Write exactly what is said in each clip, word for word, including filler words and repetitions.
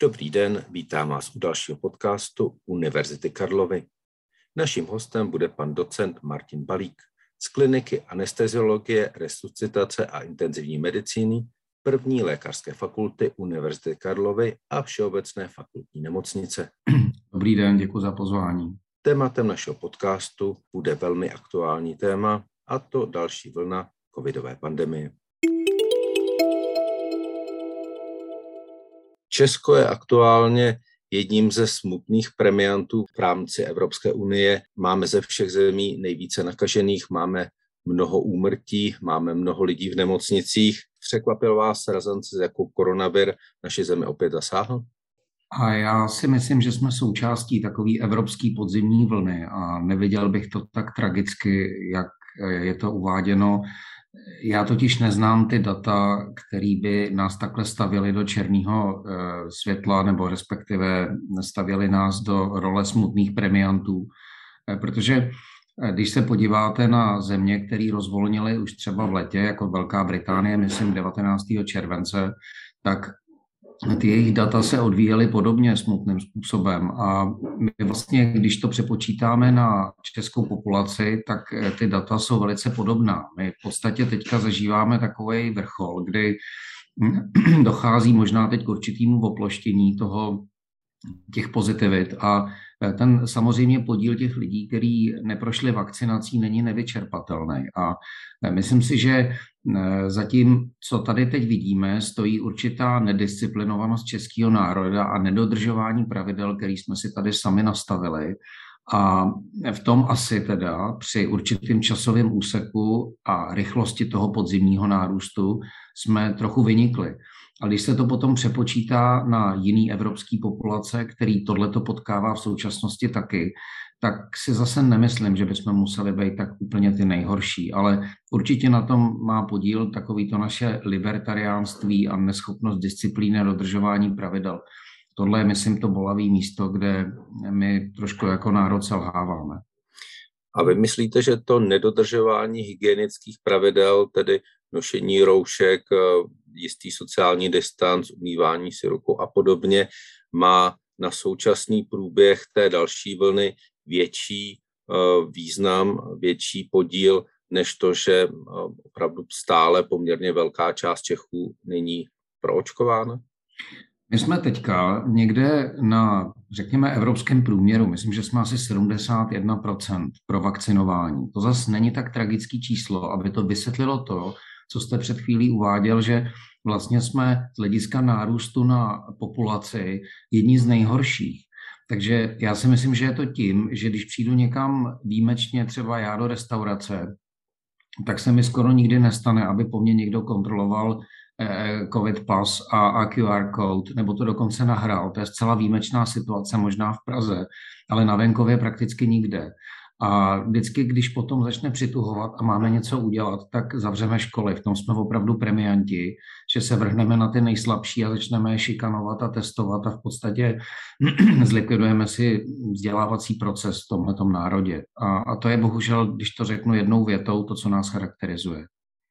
Dobrý den, vítám vás u dalšího podcastu Univerzity Karlovy. Naším hostem bude pan docent Martin Balík z kliniky anesteziologie, resuscitace a intenzivní medicíny první lékařské fakulty Univerzity Karlovy a Všeobecné fakultní nemocnice. Dobrý den, děkuji za pozvání. Tématem našeho podcastu bude velmi aktuální téma, a to další vlna covidové pandemie. Česko je aktuálně jedním ze smutných premiantů v rámci Evropské unie. Máme ze všech zemí nejvíce nakažených, máme mnoho úmrtí, máme mnoho lidí v nemocnicích. Překvapil vás razance, jako koronavir naši zemi opět zasáhl? A já si myslím, že jsme součástí takové evropské podzimní vlny a neviděl bych to tak tragicky, jak je to uváděno. Já totiž neznám ty data, které by nás takhle stavěly do černého světla, nebo respektive stavěly nás do role smutných premiantů, protože když se podíváte na země, které rozvolnily už třeba v letě, jako Velká Británie, myslím devatenáctého července, tak ty jejich data se odvíjely podobně smutným způsobem a my vlastně, když to přepočítáme na českou populaci, tak ty data jsou velice podobná. My v podstatě teďka zažíváme takový vrchol, kdy dochází možná teď k určitému oploštění toho, těch pozitivit a ten samozřejmě podíl těch lidí, kteří neprošli vakcinací, není nevyčerpatelný. A myslím si, že zatím, co tady teď vidíme, stojí určitá nedisciplinovanost českého národa a nedodržování pravidel, které jsme si tady sami nastavili. A v tom asi teda při určitým časovém úseku a rychlosti toho podzimního nárůstu jsme trochu vynikli. A když se to potom přepočítá na jiný evropský populace, který tohleto potkává v současnosti taky, tak si zase nemyslím, že bychom museli být tak úplně ty nejhorší, ale určitě na tom má podíl takový to naše libertariánství a neschopnost disciplíny a dodržování pravidel. Tohle je, myslím, to bolavé místo, kde my trošku jako národ selháváme. A vy myslíte, že to nedodržování hygienických pravidel, tedy nošení roušek, jistý sociální distanc, umývání si rukou a podobně, má na současný průběh té další vlny větší význam, větší podíl, než to, že opravdu stále poměrně velká část Čechů není proočkována? My jsme teďka někde na, řekněme, evropském průměru, myslím, že jsme asi sedmdesát jedna procent pro vakcinování. To zase není tak tragický číslo, aby to vysvětlilo to, co jste před chvílí uváděl, že vlastně jsme z hlediska nárůstu na populaci jedni z nejhorších. Takže já si myslím, že je to tím, že když přijdu někam výjimečně, třeba já do restaurace, tak se mi skoro nikdy nestane, aby po mně někdo kontroloval COVID pas a, a Q R code, nebo to dokonce nahrál. To je zcela výjimečná situace, možná v Praze, ale na venkově prakticky nikde. A vždycky, když potom začne přituhovat a máme něco udělat, tak zavřeme školy. V tom jsme opravdu premianti, že se vrhneme na ty nejslabší a začneme je šikanovat a testovat a v podstatě zlikvidujeme si vzdělávací proces v tomhletom národě. A, a to je bohužel, když to řeknu jednou větou, to, co nás charakterizuje.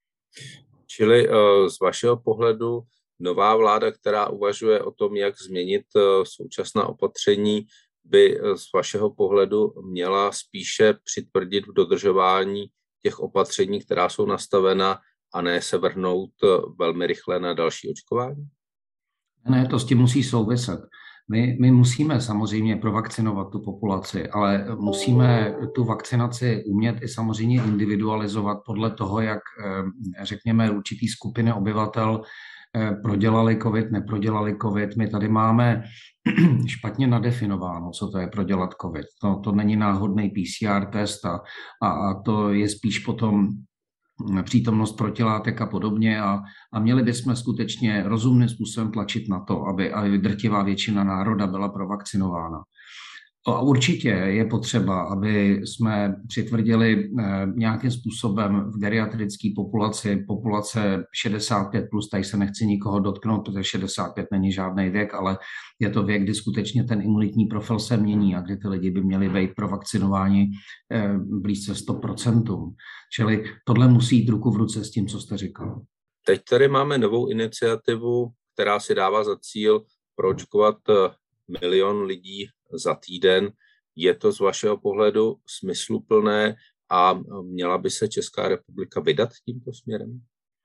Čili z vašeho pohledu nová vláda, která uvažuje o tom, jak změnit současná opatření, by z vašeho pohledu měla spíše přitvrdit v dodržování těch opatření, která jsou nastavena, a ne se vrhnout velmi rychle na další očkování? Ne, to s tím musí souviset. My, my musíme samozřejmě provakcinovat tu populaci, ale musíme tu vakcinaci umět i samozřejmě individualizovat podle toho, jak, řekněme, určitý skupiny obyvatel prodělali covid, neprodělali covid. My tady máme špatně nadefinováno, co to je prodělat covid. To, to není náhodný P C R test a, a to je spíš potom přítomnost protilátek a podobně a, a měli bychom skutečně rozumným způsobem tlačit na to, aby, aby drtivá většina národa byla provakcinována. A určitě je potřeba, aby jsme přitvrdili nějakým způsobem v geriatrické populaci, populace šedesát pět plus, tady se nechci nikoho dotknout, protože šedesát pět není žádný věk, ale je to věk, kdy skutečně ten imunitní profil se mění a kdy ty lidi by měli být provakcinováni blízce sto procent. Čili tohle musí jít ruku v ruce s tím, co jste říkal. Teď tady máme novou iniciativu, která si dává za cíl proočkovat milion lidí za týden. Je to z vašeho pohledu smysluplné a měla by se Česká republika vydat tímto směrem?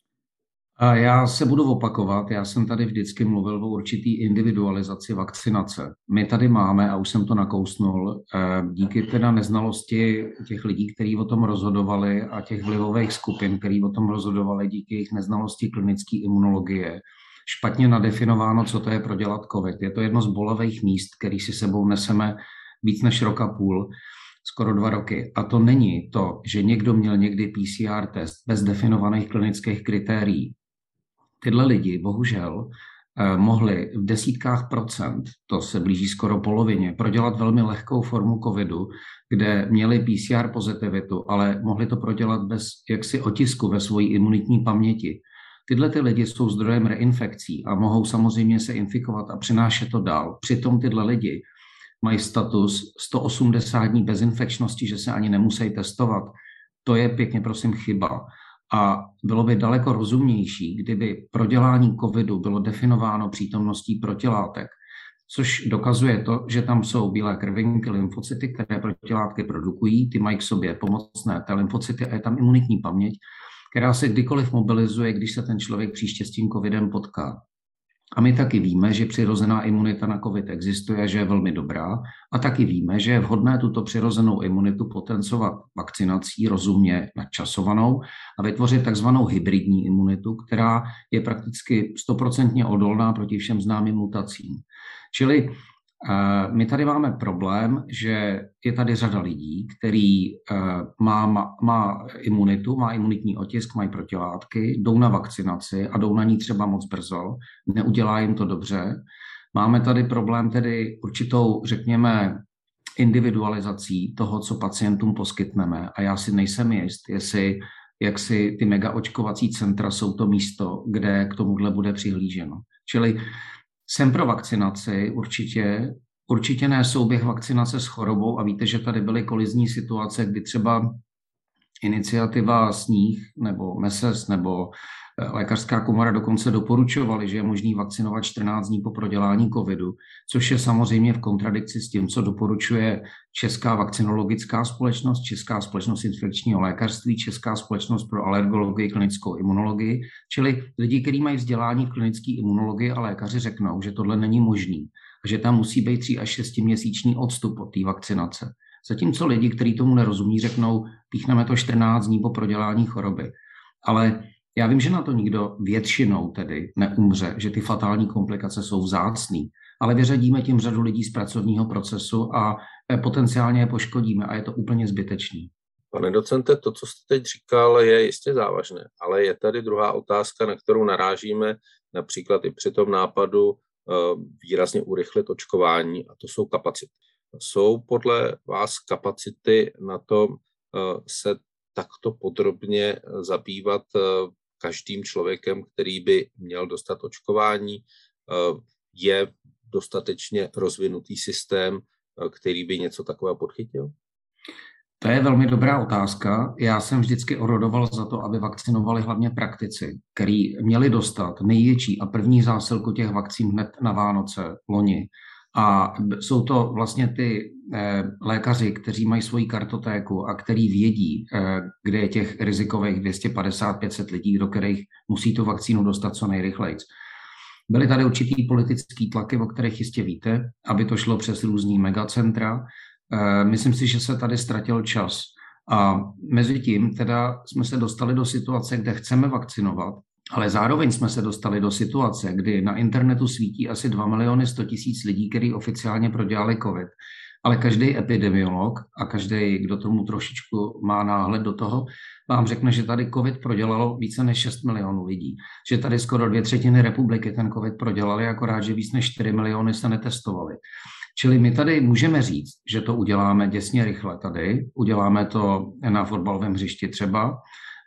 A já se budu opakovat, já jsem tady vždycky mluvil o určitý individualizaci vakcinace. My tady máme, a už jsem to nakousnul, díky teda neznalosti těch lidí, kteří o tom rozhodovali a těch vlivových skupin, kteří o tom rozhodovali díky jejich neznalosti klinické imunologie, špatně nadefinováno, co to je prodělat COVID. Je to jedno z bolavých míst, který si sebou neseme víc než rok a půl, skoro dva roky. A to není to, že někdo měl někdy P C R test bez definovaných klinických kritérií. Tyhle lidi bohužel eh, mohli v desítkách procent, to se blíží skoro polovině, prodělat velmi lehkou formu covidu, kde měli P C R pozitivitu, ale mohli to prodělat bez jaksi otisku ve svojí imunitní paměti. Tyhle ty lidi jsou zdrojem reinfekcí a mohou samozřejmě se infikovat a přinášet to dál. Přitom tyhle lidi mají status sto osmdesát dní bezinfekčnosti, že se ani nemusí testovat. To je pěkně prosím chyba. A bylo by daleko rozumnější, kdyby prodělání covidu bylo definováno přítomností protilátek, což dokazuje to, že tam jsou bílé krvinky, lymfocyty, které protilátky produkují, ty mají k sobě pomocné té lymfocyty a je tam imunitní paměť, která se kdykoliv mobilizuje, když se ten člověk příště s tím covidem potká. A my taky víme, že přirozená imunita na COVID existuje, že je velmi dobrá a taky víme, že je vhodné tuto přirozenou imunitu potencovat vakcinací rozumně nadčasovanou a vytvořit takzvanou hybridní imunitu, která je prakticky stoprocentně odolná proti všem známým mutacím. Čili uh, my tady máme problém, že je tady řada lidí, který uh, má, má, má imunitu, má imunitní otisk, mají protilátky, jdou na vakcinaci a jdou na ní třeba moc brzo, neudělá jim to dobře. Máme tady problém tedy určitou, řekněme, individualizací toho, co pacientům poskytneme a já si nejsem jist, jestli jak si ty mega očkovací centra jsou to místo, kde k tomuhle bude přihlíženo. Čili jsem pro vakcinaci určitě, určitě ne souběh vakcinace s chorobou a víte, že tady byly kolizní situace, kdy třeba iniciativa Sníh nebo M E S E S nebo Lékařská komora dokonce doporučovali, že je možný vakcinovat čtrnáct dní po prodělání covidu, což je samozřejmě v kontradikci s tím, co doporučuje Česká vakcinologická společnost, Česká společnost infekčního lékařství, Česká společnost pro alergologii, klinickou imunologii, čili lidi, kteří mají vzdělání v klinické imunologii a lékaři řeknou, že tohle není možný a že tam musí být tři až šestiměsíční odstup od té vakcinace. Zatímco lidi, kteří tomu nerozumí, řeknou, píchneme to čtrnáct dní po prodělání choroby. Ale já vím, že na to nikdo většinou tedy neumře, že ty fatální komplikace jsou vzácný, ale vyřadíme tím řadu lidí z pracovního procesu a potenciálně je poškodíme a je to úplně zbytečný. Pane docente, to, co jste teď říkal, je jistě závažné, ale je tady druhá otázka, na kterou narážíme například i při tom nápadu výrazně urychlit očkování, a to jsou kapacity. Jsou podle vás kapacity na to se takto podrobně zabývat každým člověkem, který by měl dostat očkování? Je dostatečně rozvinutý systém, který by něco takového podchytil? To je velmi dobrá otázka. Já jsem vždycky orodoval za to, aby vakcinovali hlavně praktici, kteří měli dostat největší a první zásilku těch vakcín hned na Vánoce loni. A jsou to vlastně ty eh, lékaři, kteří mají svoji kartotéku a který vědí, eh, kde je těch rizikových dvě stě padesát až pět set lidí, do kterých musí tu vakcínu dostat co nejrychleji. Byly tady určitý politický tlaky, o kterých jistě víte, aby to šlo přes různý megacentra. Eh, myslím si, že se tady ztratil čas. A mezi tím teda jsme se dostali do situace, kde chceme vakcinovat, ale zároveň jsme se dostali do situace, kdy na internetu svítí asi dva miliony sto tisíc lidí, kteří oficiálně prodělali COVID. Ale každý epidemiolog a každý, kdo tomu trošičku má náhled do toho, vám řekne, že tady COVID prodělalo více než šest milionů lidí. Že tady skoro dvě třetiny republiky ten COVID prodělali, akorát, že víc než čtyři miliony se netestovali. Čili my tady můžeme říct, že to uděláme děsně rychle tady, uděláme to na fotbalovém hřišti třeba,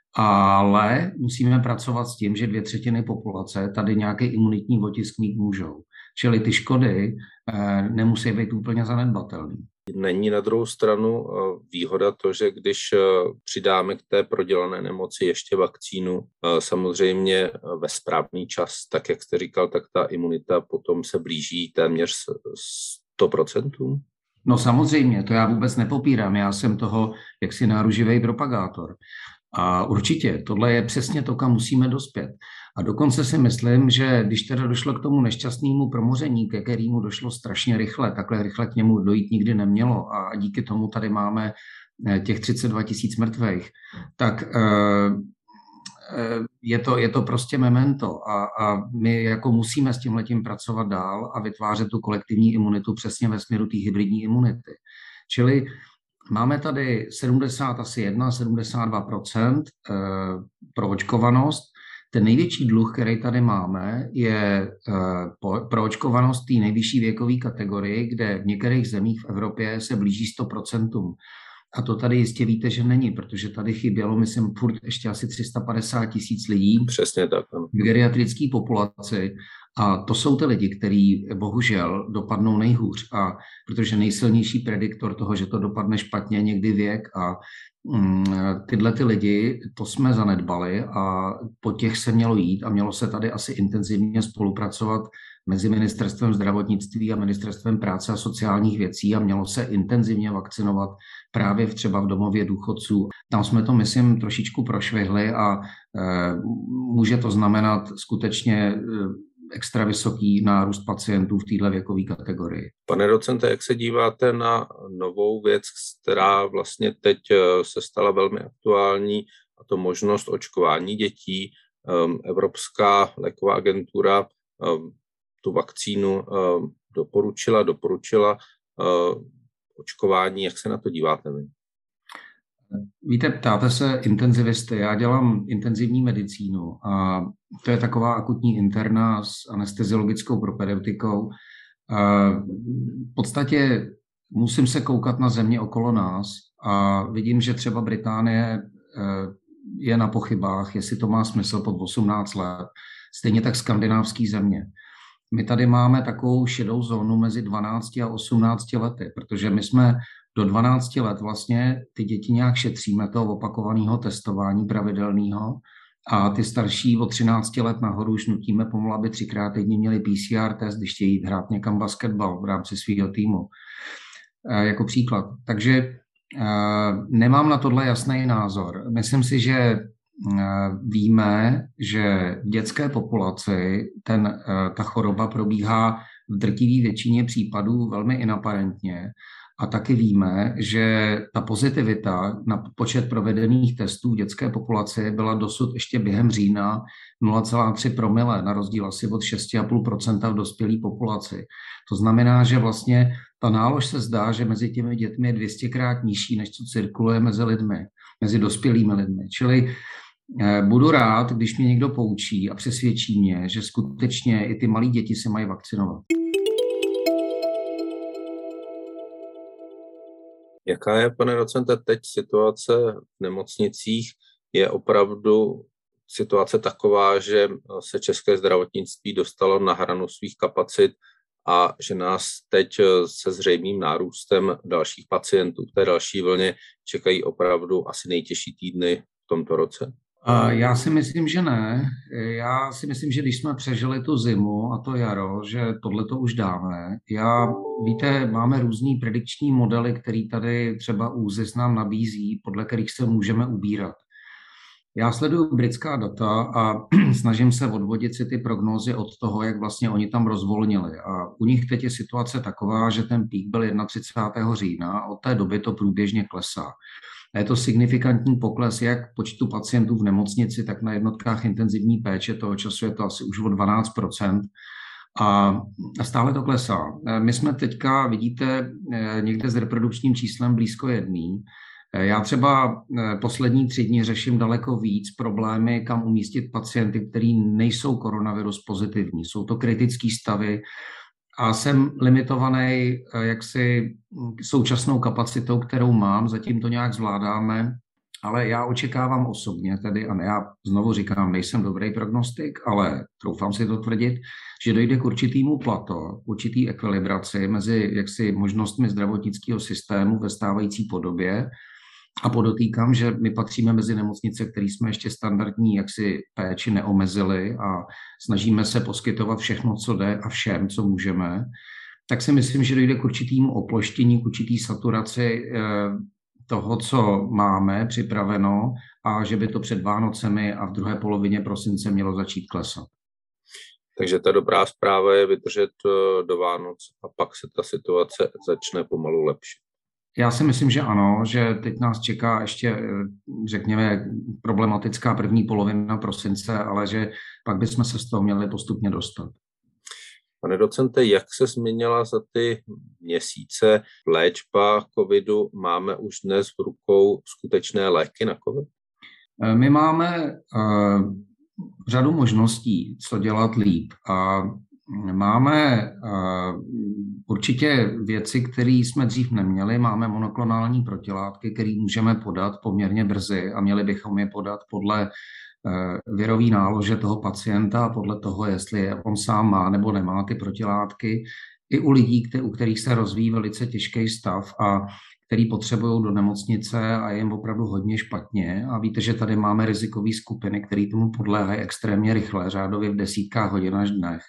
ale musíme pracovat s tím, že dvě třetiny populace tady nějaký imunitní otisk mít můžou. Čili ty škody eh, nemusí být úplně zanedbatelné. Není na druhou stranu výhoda to, že když přidáme k té prodělané nemoci ještě vakcínu, samozřejmě ve správný čas, tak jak jste říkal, tak ta imunita potom se blíží téměř sto procent? No samozřejmě, to já vůbec nepopírám, já jsem toho jaksi náruživý propagátor. A určitě, tohle je přesně to, kam musíme dospět. A dokonce si myslím, že když teda došlo k tomu nešťastnému promoření, ke kterému došlo strašně rychle, takhle rychle k němu dojít nikdy nemělo a díky tomu tady máme těch třicet dva tisíc mrtvých, tak je to, je to prostě memento a, a my jako musíme s tímhletím pracovat dál a vytvářet tu kolektivní imunitu přesně ve směru té hybridní imunity. Čili máme tady sedmdesát jedna, sedmdesát dva procent proočkovanost. Ten největší dluh, který tady máme, je proočkovanost té nejvyšší věkové kategorii, kde v některých zemích v Evropě se blíží sto procent. A to tady jistě víte, že není, protože tady chybělo, myslím, furt ještě asi tři sta padesát tisíc lidí. Přesně tak. V geriatrické populaci. A to jsou ty lidi, kteří bohužel dopadnou nejhůř. A protože nejsilnější prediktor toho, že to dopadne špatně, někdy věk. A mm, tyhle ty lidi, to jsme zanedbali a po těch se mělo jít a mělo se tady asi intenzivně spolupracovat mezi ministerstvem zdravotnictví a ministerstvem práce a sociálních věcí a mělo se intenzivně vakcinovat právě v třeba v domově důchodců. Tam jsme to, myslím, trošičku prošvihli a e, může to znamenat skutečně e, extra vysoký nárůst pacientů v této věkové kategorii. Pane docente, jak se díváte na novou věc, která vlastně teď se stala velmi aktuální, a to možnost očkování dětí? Evropská léková agentura tu vakcínu doporučila, doporučila očkování. Jak se na to díváte vy? Víte, ptáte se intenzivisty. Já dělám intenzivní medicínu a to je taková akutní interna s anesteziologickou propedeutikou. V podstatě musím se koukat na země okolo nás a vidím, že třeba Británie je na pochybách, jestli to má smysl pod osmnáct let. Stejně tak skandinávský země. My tady máme takovou šedou zónu mezi dvanácti a osmnácti lety, protože my jsme do dvanácti let vlastně ty děti nějak šetříme toho opakovaného testování pravidelného a ty starší od třinácti let nahoru už nutíme pomalu, aby třikrát týdně měli P C R test, když chtějí hrát někam basketbal v rámci svého týmu. E, jako příklad. Takže e, nemám na tohle jasný názor. Myslím si, že víme, že v dětské populaci ten, ta choroba probíhá v drtivé většině případů velmi inaparentně a taky víme, že ta pozitivita na počet provedených testů v dětské populaci byla dosud ještě během října nula celá tři promile, na rozdíl asi od šest celá pět procenta v dospělé populaci. To znamená, že vlastně ta nálož se zdá, že mezi těmi dětmi je dvě stě krát nižší, než co cirkuluje mezi lidmi, mezi dospělými lidmi. Čili budu rád, když mě někdo poučí a přesvědčí mě, že skutečně i ty malé děti se mají vakcinovat. Jaká je, pane docente, teď situace v nemocnicích? Je opravdu situace taková, že se české zdravotnictví dostalo na hranu svých kapacit a že nás teď se zřejmým nárůstem dalších pacientů v té další vlně čekají opravdu asi nejtěžší týdny v tomto roce? Já si myslím, že ne. Já si myslím, že když jsme přežili tu zimu a to jaro, že tohle to už dáme. Já, víte, máme různý predikční modely, který tady třeba ÚZIS nám nabízí, podle kterých se můžeme ubírat. Já sleduju britská data a snažím se odvodit si ty prognózy od toho, jak vlastně oni tam rozvolnili. A u nich teď je situace taková, že ten pík byl třicátého prvního října a od té doby to průběžně klesá. A je to signifikantní pokles jak počtu pacientů v nemocnici, tak na jednotkách intenzivní péče. Toho času je to asi už o dvanáct procent. A stále to klesá. My jsme teďka, vidíte, někde s reprodukčním číslem blízko jedný. Já třeba poslední tři dny řeším daleko víc problémy, kam umístit pacienty, kteří nejsou koronavirus pozitivní. Jsou to kritické stavy a jsem limitovaný jaksi současnou kapacitou, kterou mám. Zatím to nějak zvládáme Ale já očekávám osobně tedy, a já znovu říkám, nejsem dobrý prognostik, ale troufám si to tvrdit, že dojde k určitýmu plato, určitý ekvilibraci mezi jaksi možnostmi zdravotnického systému ve stávající podobě. A podotýkám, že my patříme mezi nemocnice, které jsme ještě standardní jaksi péči neomezili a snažíme se poskytovat všechno, co jde a všem, co můžeme. Tak si myslím, že dojde k určitýmu oploštění, k určitý saturaci toho, co máme připraveno a že by to před Vánocemi a v druhé polovině prosince mělo začít klesat. Takže ta dobrá zpráva je vydržet do Vánoc a pak se ta situace začne pomalu lepšit. Já si myslím, že ano, že teď nás čeká ještě, řekněme, problematická první polovina prosince, ale že pak bychom se z toho měli postupně dostat. Pane docente, jak se změnila za ty měsíce léčba covidu? Máme už dnes v rukou skutečné léky na covid? My máme uh, řadu možností, co dělat líp. A máme uh, určitě věci, které jsme dřív neměli. Máme monoklonální protilátky, které můžeme podat poměrně brzy a měli bychom je podat podle virový nálože toho pacienta a podle toho, jestli on sám má nebo nemá ty protilátky. I u lidí, u kterých se rozvíjí velice těžký stav a který potřebují do nemocnice a je jim opravdu hodně špatně. A víte, že tady máme rizikové skupiny, které tomu podléhají extrémně rychle, řádově v desítkách hodin až dnech.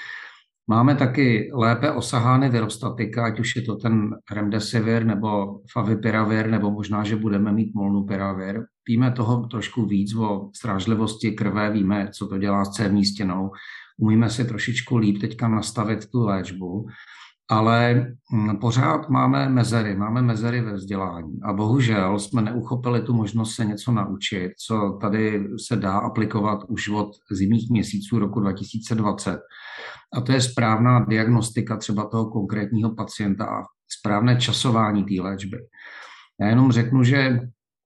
Máme taky lépe osahány virostatika, ať už je to ten remdesivir nebo favipiravir, nebo možná, že budeme mít molnupiravir. Víme toho trošku víc o strážlivosti krve, víme, co to dělá s cévní stěnou. Umíme si trošičku líp teďka nastavit tu léčbu, ale pořád máme mezery, máme mezery ve vzdělání. A bohužel jsme neuchopili tu možnost se něco naučit, co tady se dá aplikovat už od zimních měsíců roku dva tisíce dvacet. A to je správná diagnostika třeba toho konkrétního pacienta a správné časování té léčby. Já jenom řeknu, že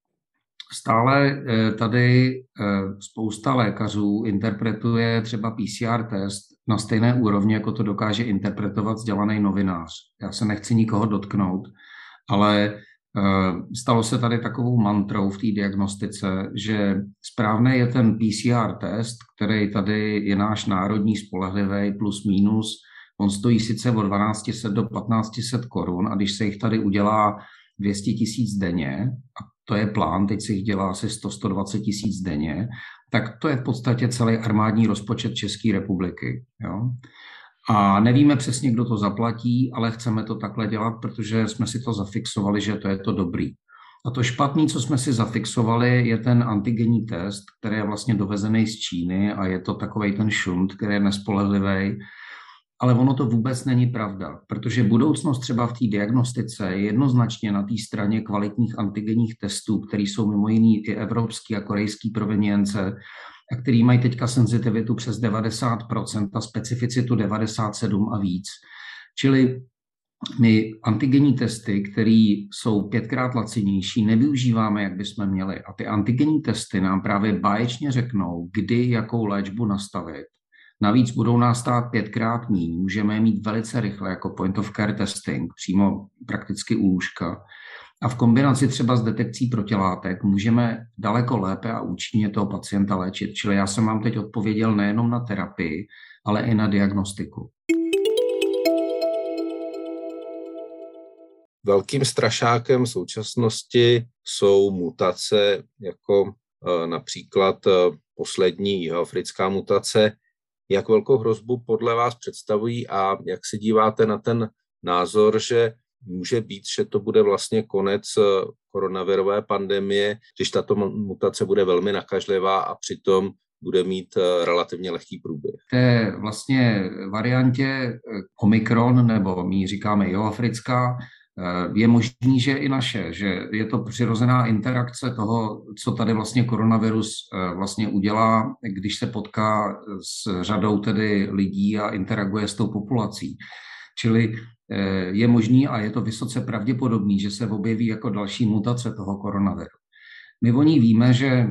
stále tady spousta lékařů interpretuje třeba P C R test na stejné úrovni, jako to dokáže interpretovat vzdělaný novinář. Já se nechci nikoho dotknout, ale stalo se tady takovou mantrou v té diagnostice, že správný je ten P C R test, který tady je náš národní spolehlivý plus minus. On stojí sice od dvanáct set do patnáct set korun a když se jich tady udělá dvě stě tisíc denně, a to je plán, teď se jich dělá asi sto až sto dvacet tisíc denně, tak to je v podstatě celý armádní rozpočet České republiky. Jo? A nevíme přesně, kdo to zaplatí, ale chceme to takhle dělat, protože jsme si to zafixovali, že to je to dobrý. A to špatný, co jsme si zafixovali, je ten antigenní test, který je vlastně dovezený z Číny a je to takovej ten šunt, který je nespolehlivý. Ale ono to vůbec není pravda, protože budoucnost třeba v té diagnostice je jednoznačně na té straně kvalitních antigenních testů, které jsou mimo jiný i evropský a korejský provenience, a který mají teďka senzitivitu přes devadesát procent a specificitu devadesát sedm procent a víc. Čili my antigenní testy, které jsou pětkrát lacinější, nevyužíváme, jak bychom měli. A ty antigenní testy nám právě báječně řeknou, kdy jakou léčbu nastavit. Navíc budou nás stát pětkrát míň, můžeme je mít velice rychle jako point of care testing, přímo prakticky u lůžka. A v kombinaci třeba s detekcí protilátek můžeme daleko lépe a účinně toho pacienta léčit. Čili já jsem vám teď odpověděl nejenom na terapii, ale i na diagnostiku. Velkým strašákem v současnosti jsou mutace, jako například poslední jihoafrická mutace. Jak velkou hrozbu podle vás představují a jak se díváte na ten názor, že může být, že to bude vlastně konec koronavirové pandemie, když tato mutace bude velmi nakažlivá a přitom bude mít relativně lehký průběh? V té vlastně variantě Omikron, nebo my říkáme jihoafrická, je možný, že i naše, že je to přirozená interakce toho, co tady vlastně koronavirus vlastně udělá, když se potká s řadou tedy lidí a interaguje s tou populací. Čili je možný a je to vysoce pravděpodobný, že se objeví jako další mutace toho koronaviru. My o ní víme, že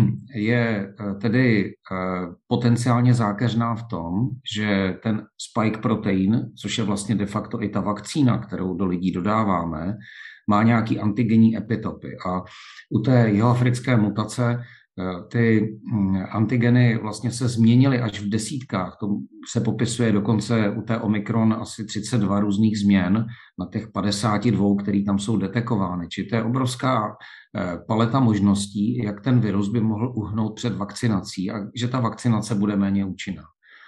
je tedy potenciálně zákeřná v tom, že ten spike protein, což je vlastně de facto i ta vakcína, kterou do lidí dodáváme, má nějaký antigenní epitopy. A u té jihoafrické mutace ty antigeny vlastně se změnily až v desítkách. To se popisuje dokonce u té Omikron asi třicet dva různých změn na těch padesát dva, které tam jsou detekovány. Či to je obrovská paleta možností, jak ten virus by mohl uhnout před vakcinací a že ta vakcinace bude méně účinná.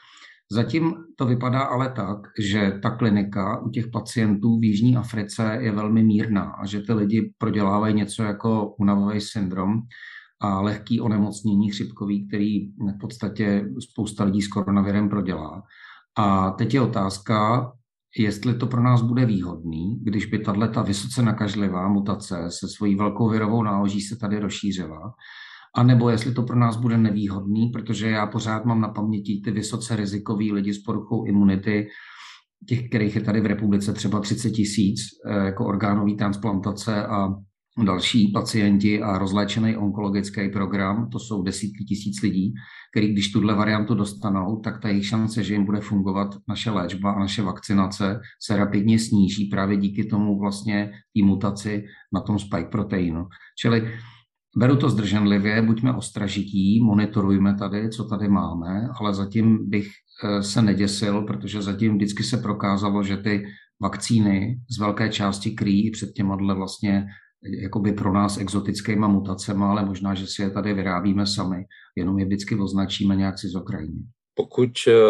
Zatím to vypadá ale tak, že ta klinika u těch pacientů v Jižní Africe je velmi mírná a že ty lidi prodělávají něco jako únavový syndrom a lehký onemocnění chřipkový, který v podstatě spousta lidí s koronavirem prodělá. A teď je otázka, jestli to pro nás bude výhodný, když by tato vysoce nakažlivá mutace se svojí velkou virovou náloží se tady rozšířila, anebo jestli to pro nás bude nevýhodný, protože já pořád mám na paměti ty vysoce rizikový lidi s poruchou imunity, těch, kterých je tady v republice třeba třicet tisíc, jako orgánový transplantace a další pacienti a rozléčený onkologický program, to jsou desítky tisíc lidí, který když tuhle variantu dostanou, tak ta jejich šance, že jim bude fungovat naše léčba a naše vakcinace, se rapidně sníží právě díky tomu vlastně té mutaci na tom spike proteinu. Čili beru to zdrženlivě, buďme ostražití, monitorujme tady, co tady máme, ale zatím bych se neděsil, protože zatím vždycky se prokázalo, že ty vakcíny z velké části kryjí před těma vlastně jakoby pro nás exotickýma mutacema, ale možná, že si je tady vyrábíme sami, jenom je vždycky označíme nějak si z okrajiny. Pokud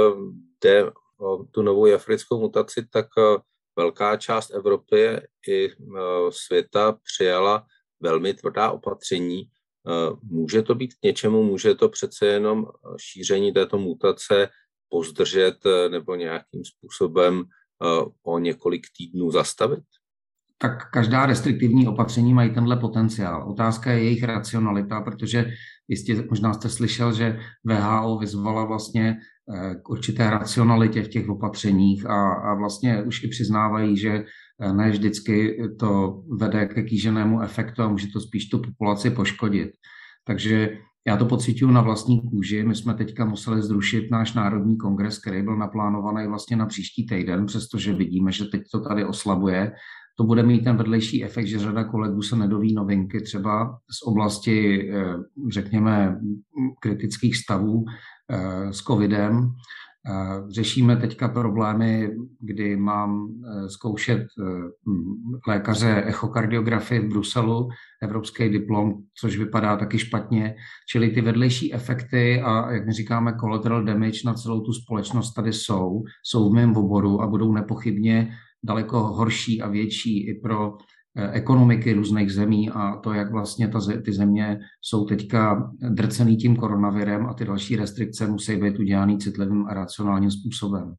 jde o tu novou africkou mutaci, tak velká část Evropy i světa přijala velmi tvrdá opatření. Může to být k něčemu, může to přece jenom šíření této mutace pozdržet nebo nějakým způsobem o několik týdnů zastavit? Tak každá restriktivní opatření mají tenhle potenciál. Otázka je jejich racionalita, protože jistě možná jste slyšel, že W H O vyzvala vlastně k určité racionalitě v těch opatřeních a, a vlastně už i přiznávají, že ne vždycky to vede ke kýženému efektu a může to spíš tu populaci poškodit. Takže já to pociťuji na vlastní kůži. My jsme teďka museli zrušit náš národní kongres, který byl naplánovaný vlastně na příští týden, přestože vidíme, že teď to tady oslabuje. To bude mít ten vedlejší efekt, že řada kolegů se nedoví novinky třeba z oblasti, řekněme, kritických stavů s covidem. Řešíme teďka problémy, kdy mám zkoušet lékaře echokardiografii v Bruselu, evropský diplom, což vypadá taky špatně. Čili ty vedlejší efekty a, jak my říkáme, collateral damage na celou tu společnost tady jsou, jsou v mém oboru a budou nepochybně daleko horší a větší i pro ekonomiky různých zemí a to, jak vlastně ta, ty země jsou teďka drcený tím koronavirem a ty další restrikce musí být udělaný citlivým a racionálním způsobem.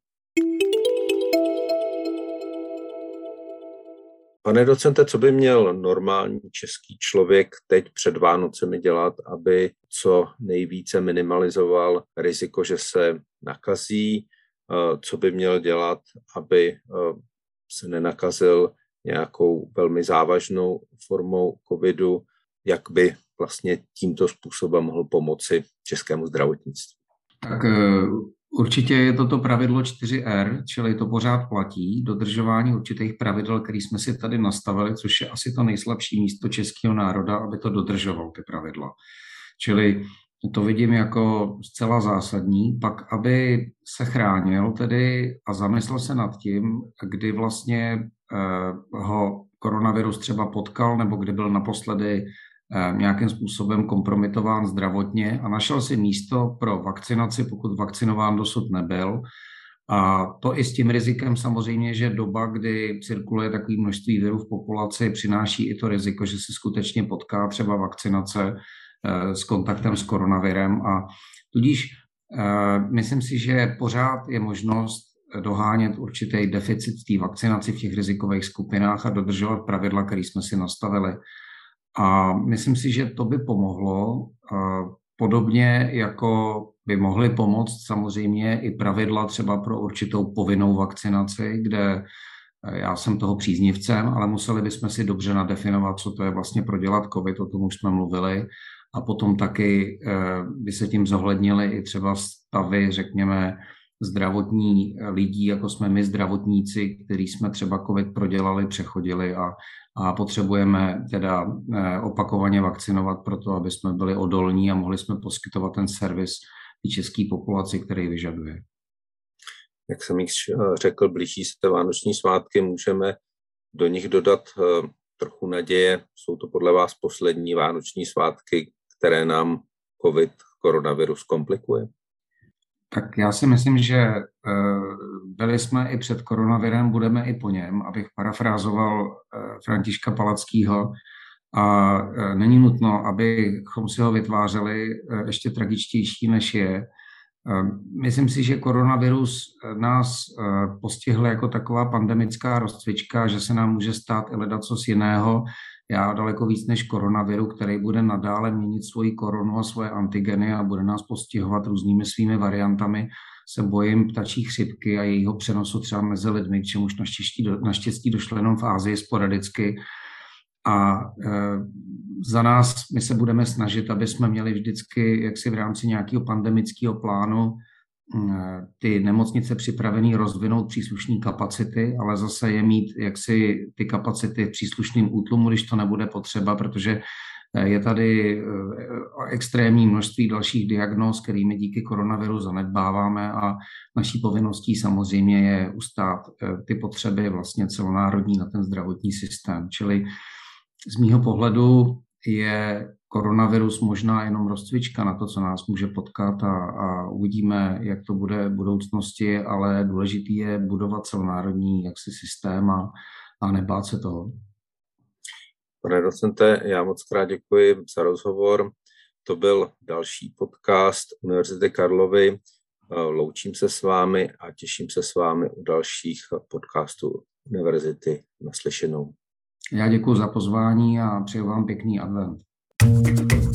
Pane docente, co by měl normální český člověk teď před Vánocemi dělat, aby co nejvíce minimalizoval riziko, že se nakazí? Co by měl dělat, aby se nenakazil nějakou velmi závažnou formou covidu, jak by vlastně tímto způsobem mohl pomoci českému zdravotnictví? Tak určitě je toto pravidlo čtyři R, čili to pořád platí, dodržování určitých pravidel, které jsme si tady nastavili, což je asi to nejslabší místo českého národa, aby to dodržoval ty pravidla. Čili to vidím jako zcela zásadní, pak aby se chránil tedy a zamyslel se nad tím, kdy vlastně eh, ho koronavirus třeba potkal nebo kdy byl naposledy eh, nějakým způsobem kompromitován zdravotně a našel si místo pro vakcinaci, pokud vakcinován dosud nebyl. A to i s tím rizikem samozřejmě, že doba, kdy cirkuluje takové množství virů v populaci, přináší i to riziko, že se skutečně potká třeba vakcinace s kontaktem s koronavirem a tudíž uh, myslím si, že pořád je možnost dohánět určitý deficit té vakcinaci v těch rizikových skupinách a dodržovat pravidla, které jsme si nastavili. A myslím si, že to by pomohlo, uh, podobně jako by mohly pomoct samozřejmě i pravidla třeba pro určitou povinnou vakcinaci, kde Já jsem toho příznivcem, ale museli bychom si dobře nadefinovat, co to je vlastně prodělat COVID, o tom už jsme mluvili. A potom taky by se tím zohlednily i třeba stavy, řekněme, zdravotní lidí, jako jsme my zdravotníci, kteří jsme třeba COVID prodělali, přechodili a, a potřebujeme teda opakovaně vakcinovat proto, aby jsme byli odolní a mohli jsme poskytovat ten servis i české populaci, který vyžaduje. Jak jsem již řekl, blíží se vánoční svátky, můžeme do nich dodat trochu naděje. Jsou to podle vás poslední vánoční svátky, které nám COVID, koronavirus komplikuje? Tak já si myslím, že byli jsme i před koronavirem, budeme i po něm, abych parafrázoval Františka Palackého. A není nutno, abychom si ho vytvářeli ještě tragičtější, než je. Myslím si, že koronavirus nás postihl jako taková pandemická rozcvička, že se nám může stát i ledacos jiného. Já daleko víc než koronaviru, který bude nadále měnit svoji koronu a svoje antigeny a bude nás postihovat různými svými variantami, se bojím ptačí chřipky a jejího přenosu třeba mezi lidmi, k čemuž naštěstí, naštěstí došlo jenom v Asii sporadicky. A e, za nás my se budeme snažit, aby jsme měli vždycky jaksi v rámci nějakého pandemického plánu e, ty nemocnice připravený rozvinout příslušné kapacity, ale zase je mít jaksi ty kapacity v příslušném útlumu, když to nebude potřeba, protože je tady e, extrémní množství dalších diagnóz, kterými díky koronaviru zanedbáváme a naší povinností samozřejmě je ustát e, ty potřeby vlastně celonárodní na ten zdravotní systém, čili z mýho pohledu je koronavirus možná jenom rozcvička na to, co nás může potkat a, a uvidíme, jak to bude v budoucnosti, ale důležitý je budovat celonárodní jaksi systém a, a nebát se toho. Pane docente, já moc krát děkuji za rozhovor. To byl další podcast Univerzity Karlovy. Loučím se s vámi a těším se s vámi u dalších podcastů Univerzity. Naslyšenou. Já děkuji za pozvání a přeju vám pěkný advent.